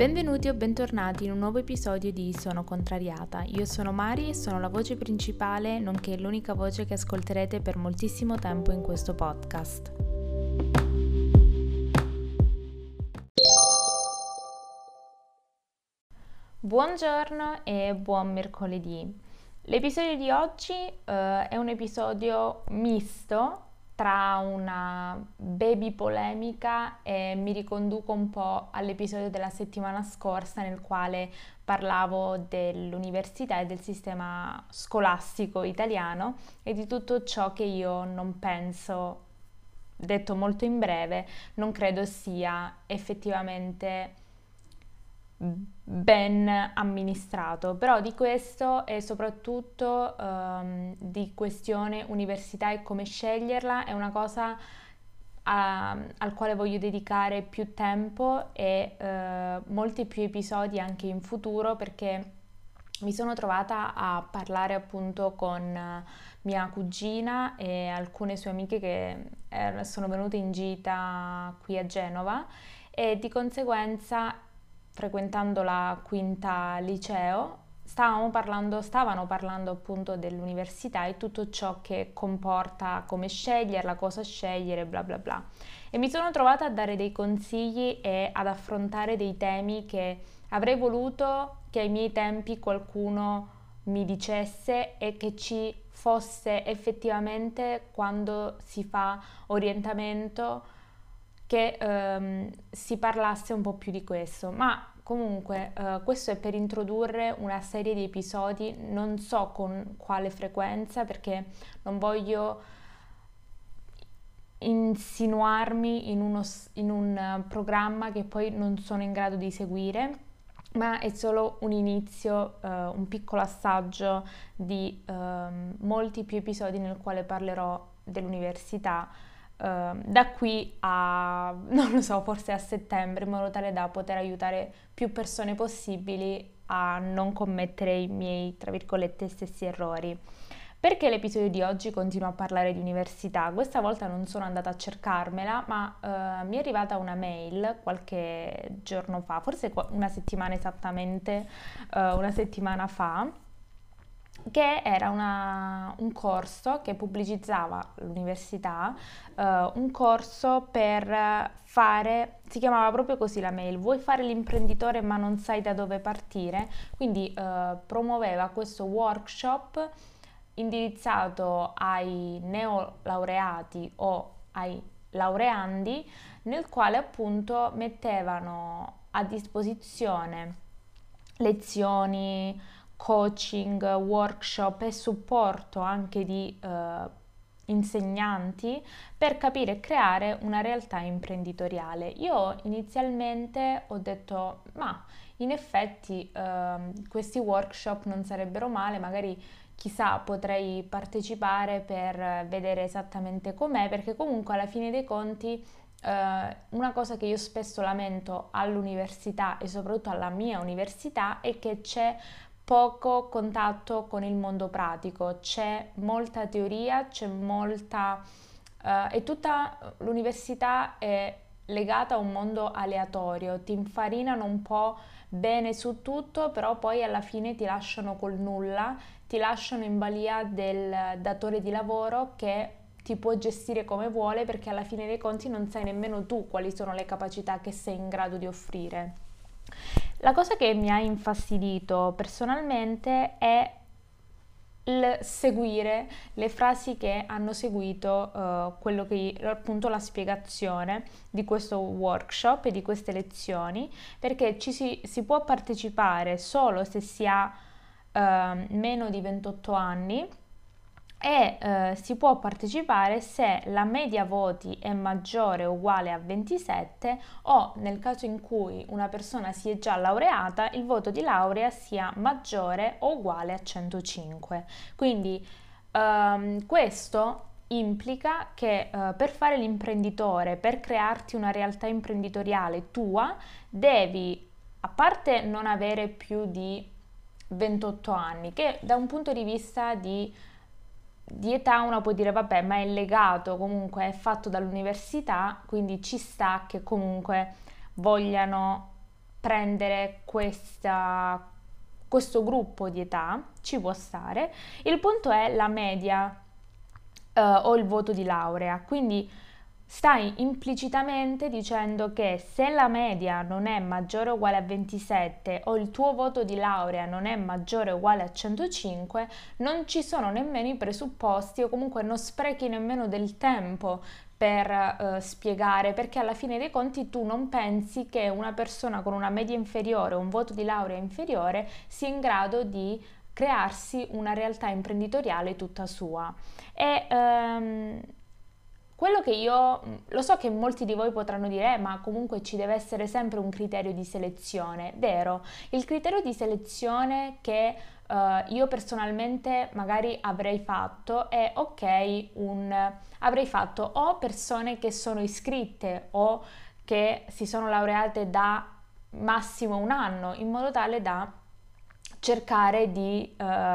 Benvenuti o bentornati in un nuovo episodio di Sono Contrariata. Io sono Mari e sono la voce principale, nonché l'unica voce che ascolterete per moltissimo tempo in questo podcast. Buongiorno e buon mercoledì. L'episodio di oggi è un episodio misto tra una baby polemica e mi riconduco un po' all'episodio della settimana scorsa nel quale parlavo dell'università e del sistema scolastico italiano e di tutto ciò che io non penso, detto molto in breve, non credo sia effettivamente ben amministrato, però di questo e soprattutto di questione università e come sceglierla è una cosa al quale voglio dedicare più tempo e molti più episodi anche in futuro, perché mi sono trovata a parlare appunto con mia cugina e alcune sue amiche che sono venute in gita qui a Genova e di conseguenza, frequentando la quinta liceo, stavano parlando appunto dell'università e tutto ciò che comporta, come sceglierla, cosa scegliere, bla bla bla. E mi sono trovata a dare dei consigli e ad affrontare dei temi che avrei voluto che ai miei tempi qualcuno mi dicesse e che ci fosse effettivamente quando si fa orientamento, che si parlasse un po' più di questo. Ma comunque questo è per introdurre una serie di episodi, non so con quale frequenza, perché non voglio insinuarmi in un programma che poi non sono in grado di seguire, ma è solo un inizio, un piccolo assaggio di molti più episodi nel quale parlerò dell'università da qui a, non lo so, forse a settembre, in modo tale da poter aiutare più persone possibili a non commettere i miei, tra virgolette, stessi errori. Perché l'episodio di oggi continua a parlare di università? Questa volta non sono andata a cercarmela, ma mi è arrivata una mail qualche giorno fa, forse una settimana esattamente, una settimana fa, che era un corso che pubblicizzava l'università, un corso per fare, si chiamava proprio così la mail, vuoi fare l'imprenditore ma non sai da dove partire? Quindi promuoveva questo workshop indirizzato ai neolaureati o ai laureandi, nel quale appunto mettevano a disposizione lezioni, coaching, workshop e supporto anche di insegnanti per capire e creare una realtà imprenditoriale. Io inizialmente ho detto, ma in effetti questi workshop non sarebbero male, magari chissà potrei partecipare per vedere esattamente com'è, perché comunque alla fine dei conti una cosa che io spesso lamento all'università e soprattutto alla mia università è che c'è poco contatto con il mondo pratico, c'è molta teoria, c'è molta e tutta l'università è legata a un mondo aleatorio, ti infarinano un po' bene su tutto, però poi alla fine ti lasciano col nulla, ti lasciano in balia del datore di lavoro che ti può gestire come vuole, perché alla fine dei conti non sai nemmeno tu quali sono le capacità che sei in grado di offrire. La cosa che mi ha infastidito personalmente è il seguire le frasi che hanno seguito quello che appunto la spiegazione di questo workshop e di queste lezioni, perché si può partecipare solo se si ha meno di 28 anni e si può partecipare se la media voti è maggiore o uguale a 27 o nel caso in cui una persona si è già laureata il voto di laurea sia maggiore o uguale a 105. Quindi questo implica che per fare l'imprenditore, per crearti una realtà imprenditoriale tua, devi, a parte non avere più di 28 anni, che da un punto di vista di età uno può dire vabbè, ma è legato, comunque è fatto dall'università, quindi ci sta che comunque vogliano prendere questo gruppo di età, ci può stare. Il punto è la media o il voto di laurea, quindi stai implicitamente dicendo che se la media non è maggiore o uguale a 27 o il tuo voto di laurea non è maggiore o uguale a 105, non ci sono nemmeno i presupposti o comunque non sprechi nemmeno del tempo per spiegare, perché alla fine dei conti tu non pensi che una persona con una media inferiore o un voto di laurea inferiore sia in grado di crearsi una realtà imprenditoriale tutta sua. E quello che io lo so che molti di voi potranno dire, ma comunque ci deve essere sempre un criterio di selezione. Vero, il criterio di selezione che io personalmente magari avrei fatto è ok, avrei fatto o persone che sono iscritte o che si sono laureate da massimo un anno, in modo tale da cercare di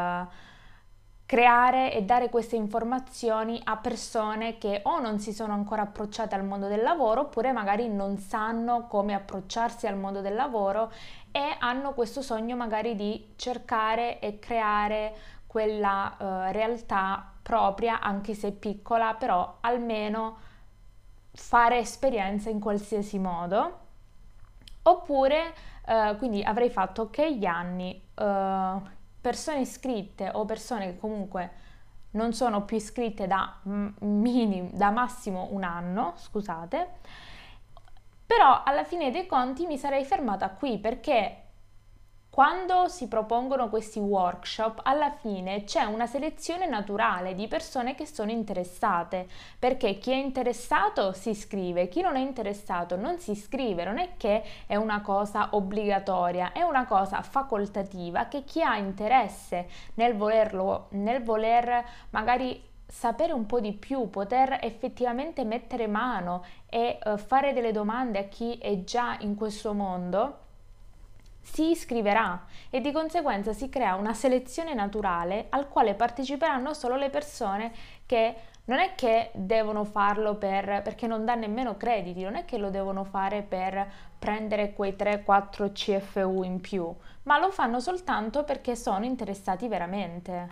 creare e dare queste informazioni a persone che o non si sono ancora approcciate al mondo del lavoro oppure magari non sanno come approcciarsi al mondo del lavoro e hanno questo sogno magari di cercare e creare quella realtà propria, anche se piccola, però almeno fare esperienza in qualsiasi modo. Oppure, quindi avrei fatto ok gli anni, persone iscritte o persone che comunque non sono più iscritte da massimo un anno, scusate, però alla fine dei conti mi sarei fermata qui perché quando si propongono questi workshop, alla fine c'è una selezione naturale di persone che sono interessate, perché chi è interessato si iscrive, chi non è interessato non si iscrive, non è che è una cosa obbligatoria, è una cosa facoltativa che chi ha interesse nel voler magari sapere un po' di più, poter effettivamente mettere mano e fare delle domande a chi è già in questo mondo si iscriverà e di conseguenza si crea una selezione naturale al quale parteciperanno solo le persone che non è che devono farlo perché non dà nemmeno crediti, non è che lo devono fare per prendere quei 3-4 CFU in più, ma lo fanno soltanto perché sono interessati veramente.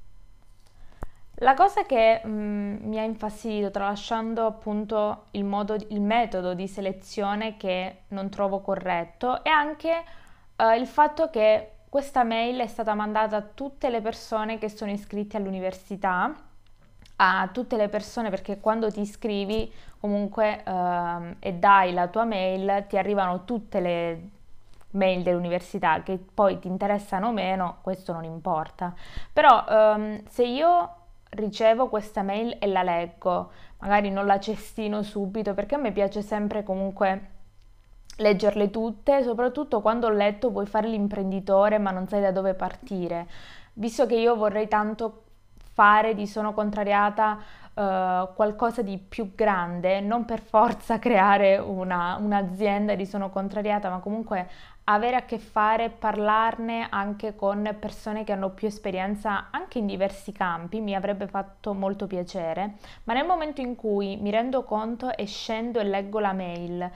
La cosa che mi ha infastidito, tralasciando appunto il metodo di selezione che non trovo corretto, è anche il fatto che questa mail è stata mandata a tutte le persone che sono iscritte all'università, a tutte le persone perché quando ti iscrivi comunque e dai la tua mail ti arrivano tutte le mail dell'università che poi ti interessano o meno, questo non importa. Però se io ricevo questa mail e la leggo, magari non la cestino subito perché a me piace sempre comunque leggerle tutte, soprattutto quando ho letto vuoi fare l'imprenditore ma non sai da dove partire. Visto che io vorrei tanto fare di Sono Contrariata qualcosa di più grande, non per forza creare un'azienda di Sono Contrariata, ma comunque avere a che fare, parlarne anche con persone che hanno più esperienza anche in diversi campi, mi avrebbe fatto molto piacere, ma nel momento in cui mi rendo conto e scendo e leggo la mail,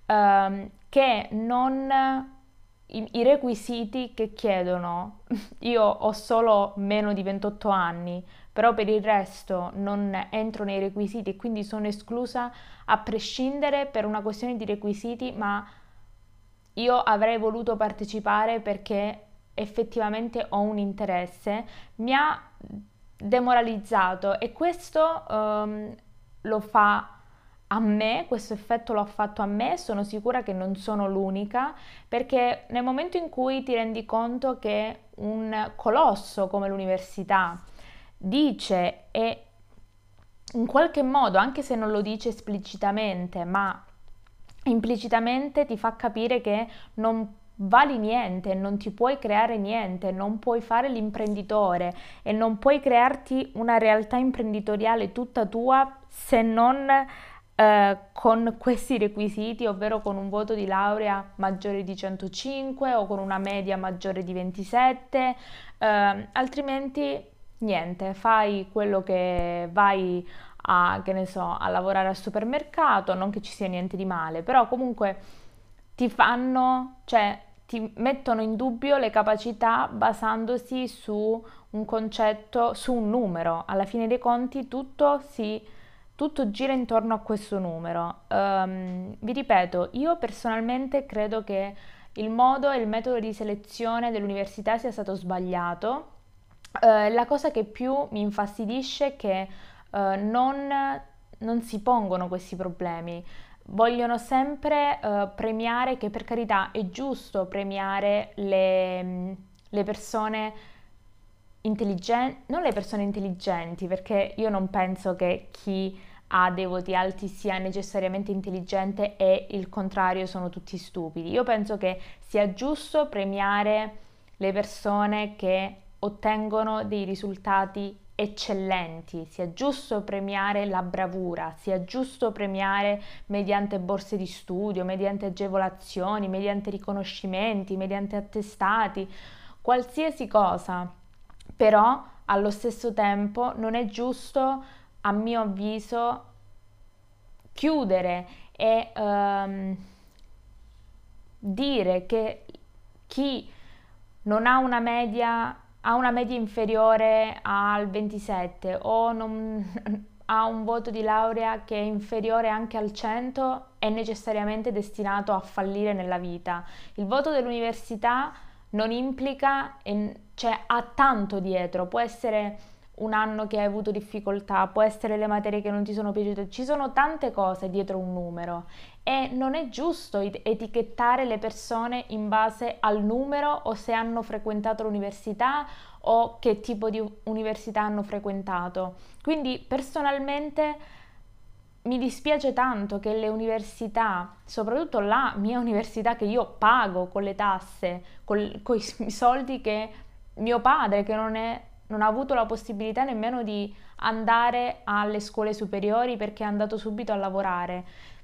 che non i requisiti che chiedono, io ho solo meno di 28 anni, però per il resto non entro nei requisiti e quindi sono esclusa a prescindere per una questione di requisiti, ma io avrei voluto partecipare perché effettivamente ho un interesse, mi ha demoralizzato e questo lo fa a me, questo effetto l'ho fatto a me, sono sicura che non sono l'unica, perché nel momento in cui ti rendi conto che un colosso come l'università dice e in qualche modo, anche se non lo dice esplicitamente, ma implicitamente ti fa capire che non vali niente, non ti puoi creare niente, non puoi fare l'imprenditore e non puoi crearti una realtà imprenditoriale tutta tua se non con questi requisiti, ovvero con un voto di laurea maggiore di 105 o con una media maggiore di 27, altrimenti niente, fai quello che vai che ne so, a lavorare al supermercato, non che ci sia niente di male, però comunque ti fanno, cioè ti mettono in dubbio le capacità basandosi su un concetto, su un numero. Alla fine dei conti tutto gira intorno a questo numero. Vi ripeto, io personalmente credo che il modo e il metodo di selezione dell'università sia stato sbagliato. La cosa che più mi infastidisce è che non si pongono questi problemi. Vogliono sempre premiare, che per carità è giusto premiare le persone intelligenti, non le persone intelligenti, perché io non penso che chi ha dei voti alti sia necessariamente intelligente e il contrario sono tutti stupidi. Io penso che sia giusto premiare le persone che ottengono dei risultati eccellenti, sia giusto premiare la bravura, sia giusto premiare mediante borse di studio, mediante agevolazioni, mediante riconoscimenti, mediante attestati, qualsiasi cosa. Però allo stesso tempo non è giusto, a mio avviso, chiudere e dire che chi non ha una media inferiore al 27 o non, ha un voto di laurea che è inferiore anche al 100 è necessariamente destinato a fallire nella vita. Il voto dell'università non implica, cioè ha tanto dietro, può essere un anno che hai avuto difficoltà, può essere le materie che non ti sono piaciute, ci sono tante cose dietro un numero e non è giusto etichettare le persone in base al numero o se hanno frequentato l'università o che tipo di università hanno frequentato. Quindi personalmente mi dispiace tanto che le università, soprattutto la mia università che io pago con le tasse, con i soldi che mio padre, che non ha avuto la possibilità nemmeno di andare alle scuole superiori perché è andato subito a lavorare,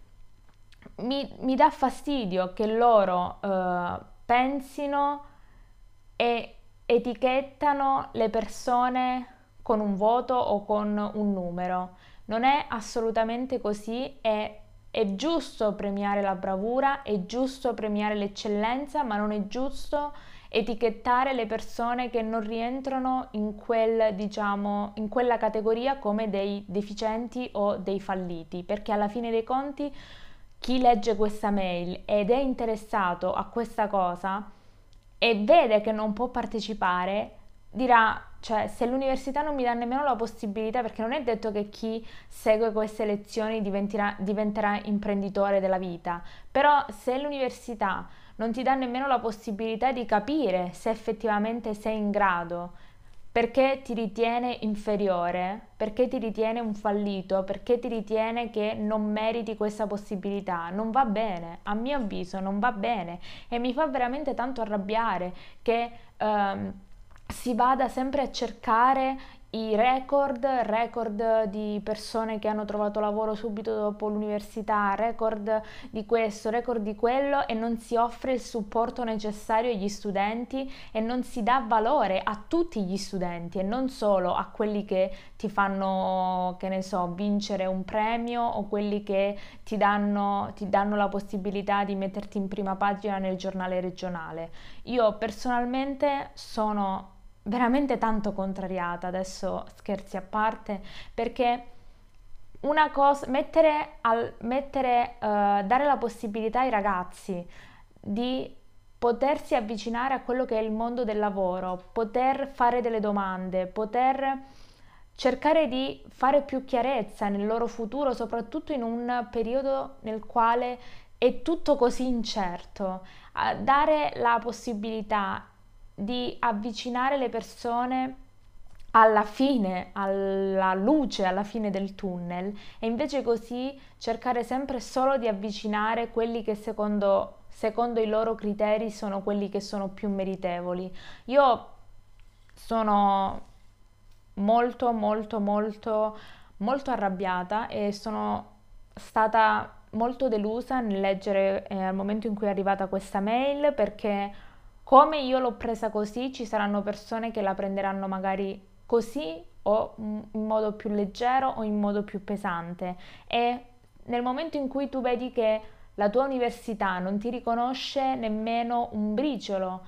mi dà fastidio che loro pensino e etichettano le persone con un voto o con un numero. Non è assolutamente così, è giusto premiare la bravura, è giusto premiare l'eccellenza, ma non è giusto etichettare le persone che non rientrano in diciamo, in quella categoria come dei deficienti o dei falliti, perché alla fine dei conti chi legge questa mail ed è interessato a questa cosa e vede che non può partecipare, dirà, cioè, se l'università non mi dà nemmeno la possibilità, perché non è detto che chi segue queste lezioni diventerà imprenditore della vita, però se l'università non ti dà nemmeno la possibilità di capire se effettivamente sei in grado, perché ti ritiene inferiore, perché ti ritiene un fallito, perché ti ritiene che non meriti questa possibilità. Non va bene, a mio avviso non va bene e mi fa veramente tanto arrabbiare che si vada sempre a cercare i record di persone che hanno trovato lavoro subito dopo l'università, record di questo, record di quello e non si offre il supporto necessario agli studenti e non si dà valore a tutti gli studenti e non solo a quelli che ti fanno, che ne so, vincere un premio o quelli che ti danno la possibilità di metterti in prima pagina nel giornale regionale. Io personalmente sono veramente tanto contrariata, adesso scherzi a parte, perché una cosa, dare la possibilità ai ragazzi di potersi avvicinare a quello che è il mondo del lavoro, poter fare delle domande, poter cercare di fare più chiarezza nel loro futuro, soprattutto in un periodo nel quale è tutto così incerto, a dare la possibilità di avvicinare le persone alla fine, alla luce alla fine del tunnel e invece così cercare sempre solo di avvicinare quelli che secondo i loro criteri sono quelli che sono più meritevoli. Io sono molto arrabbiata e sono stata molto delusa nel leggere al momento in cui è arrivata questa mail perché come io l'ho presa così ci saranno persone che la prenderanno magari così o in modo più leggero o in modo più pesante e nel momento in cui tu vedi che la tua università non ti riconosce nemmeno un briciolo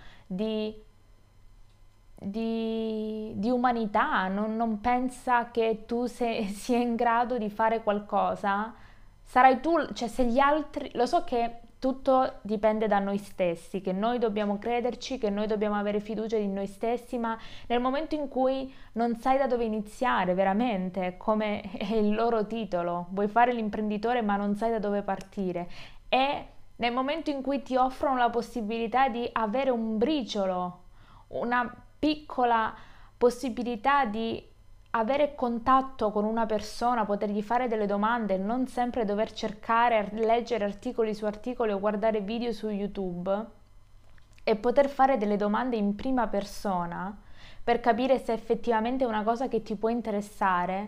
di umanità, non pensa che tu sia in grado di fare qualcosa, sarai tu, cioè se gli altri, lo so che tutto dipende da noi stessi, che noi dobbiamo crederci, che noi dobbiamo avere fiducia in noi stessi, ma nel momento in cui non sai da dove iniziare veramente, come è il loro titolo, vuoi fare l'imprenditore ma non sai da dove partire, e nel momento in cui ti offrono la possibilità di avere un briciolo, una piccola possibilità di avere contatto con una persona, potergli fare delle domande, non sempre dover cercare, leggere articoli su articoli o guardare video su YouTube, e poter fare delle domande in prima persona per capire se effettivamente è una cosa che ti può interessare,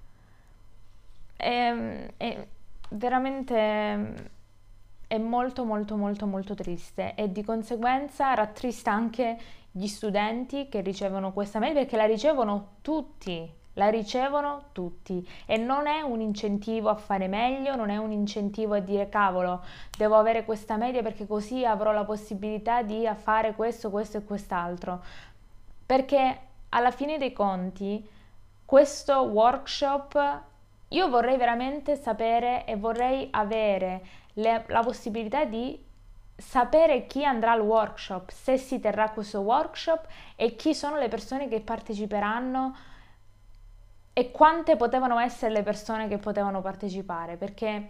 è veramente è molto molto molto molto triste, e di conseguenza rattrista anche gli studenti che ricevono questa mail, perché la ricevono tutti, e non è un incentivo a fare meglio, non è un incentivo a dire cavolo, devo avere questa media perché così avrò la possibilità di fare questo, questo e quest'altro, perché alla fine dei conti questo workshop io vorrei veramente sapere, e vorrei avere la possibilità di sapere chi andrà al workshop, se si terrà questo workshop, e chi sono le persone che parteciperanno, e quante potevano essere le persone che potevano partecipare, perché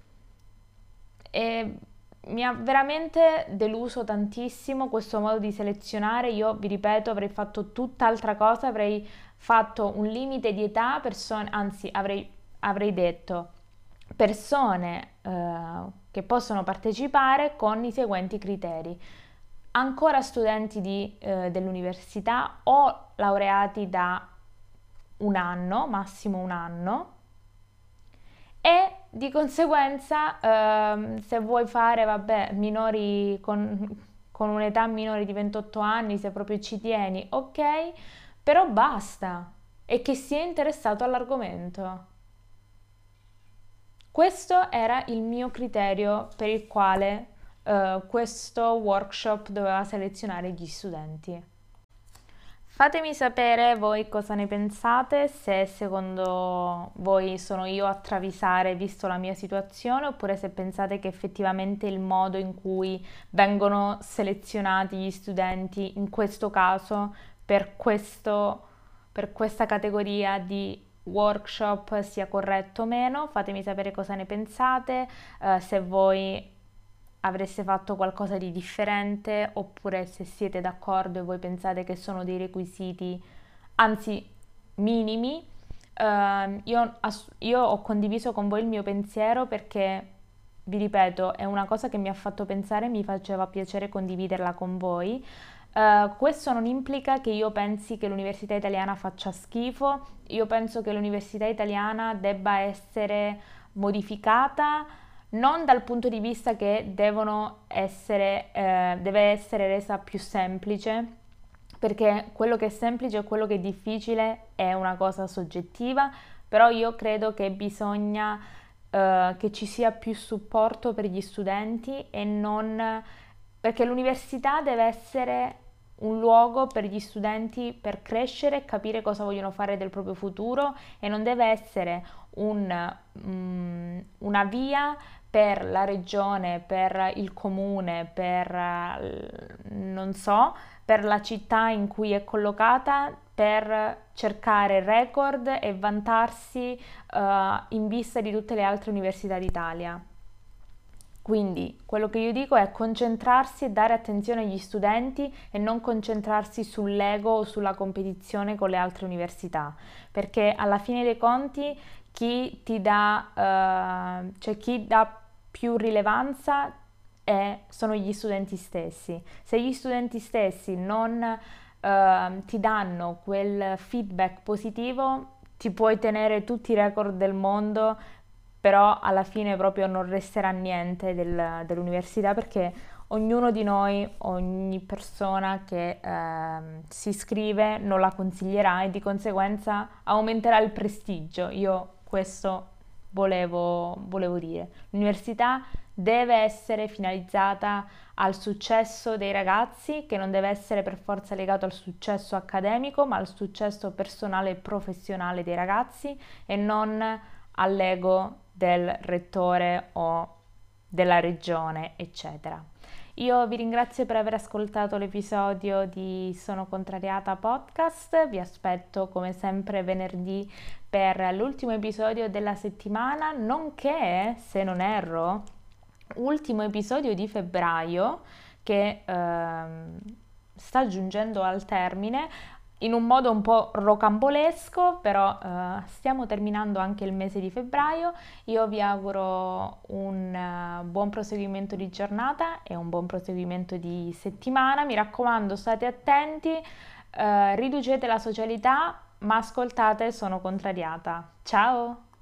mi ha veramente deluso tantissimo questo modo di selezionare. Io vi ripeto, avrei fatto tutt'altra cosa, avrei fatto un limite di età, anzi avrei detto persone che possono partecipare con i seguenti criteri: ancora studenti dell'università o laureati da un anno, massimo un anno, e di conseguenza se vuoi fare, vabbè, minori con un'età minore di 28 anni, se proprio ci tieni, ok, però basta, e che sia interessato all'argomento. Questo era il mio criterio per il quale questo workshop doveva selezionare gli studenti. Fatemi sapere voi cosa ne pensate, se secondo voi sono io a travisare visto la mia situazione, oppure se pensate che effettivamente il modo in cui vengono selezionati gli studenti in questo caso per questa categoria di workshop sia corretto o meno. Fatemi sapere cosa ne pensate, se voi avreste fatto qualcosa di differente, oppure se siete d'accordo e voi pensate che sono dei requisiti, anzi minimi. Io ho condiviso con voi il mio pensiero perché, vi ripeto, è una cosa che mi ha fatto pensare e mi faceva piacere condividerla con voi. Questo non implica che io pensi che l'università italiana faccia schifo. Io penso che l'università italiana debba essere modificata, non dal punto di vista che deve essere resa più semplice, perché quello che è semplice e quello che è difficile è una cosa soggettiva, però io credo che bisogna che ci sia più supporto per gli studenti, e non perché l'università deve essere un luogo per gli studenti per crescere e capire cosa vogliono fare del proprio futuro, e non deve essere una via per la regione, per il comune, non so, per la città in cui è collocata, per cercare record e vantarsi in vista di tutte le altre università d'Italia. Quindi quello che io dico è concentrarsi e dare attenzione agli studenti, e non concentrarsi sull'ego o sulla competizione con le altre università, perché alla fine dei conti chi dà più rilevanza sono gli studenti stessi. Se gli studenti stessi non ti danno quel feedback positivo, ti puoi tenere tutti i record del mondo, però alla fine proprio non resterà niente dell'università, perché ognuno di noi, ogni persona che si iscrive non la consiglierà, e di conseguenza aumenterà il prestigio. Io questo volevo dire. L'università deve essere finalizzata al successo dei ragazzi, che non deve essere per forza legato al successo accademico, ma al successo personale e professionale dei ragazzi e non all'ego del rettore o della regione, eccetera. Io vi ringrazio per aver ascoltato l'episodio di Sono Contrariata Podcast, vi aspetto come sempre venerdì per l'ultimo episodio della settimana, nonché, se non erro, ultimo episodio di febbraio che sta giungendo al termine in un modo un po' rocambolesco, però stiamo terminando anche il mese di febbraio. Io vi auguro un buon proseguimento di giornata e un buon proseguimento di settimana. Mi raccomando, state attenti, riducete la socialità, ma ascoltate, sono contrariata. Ciao!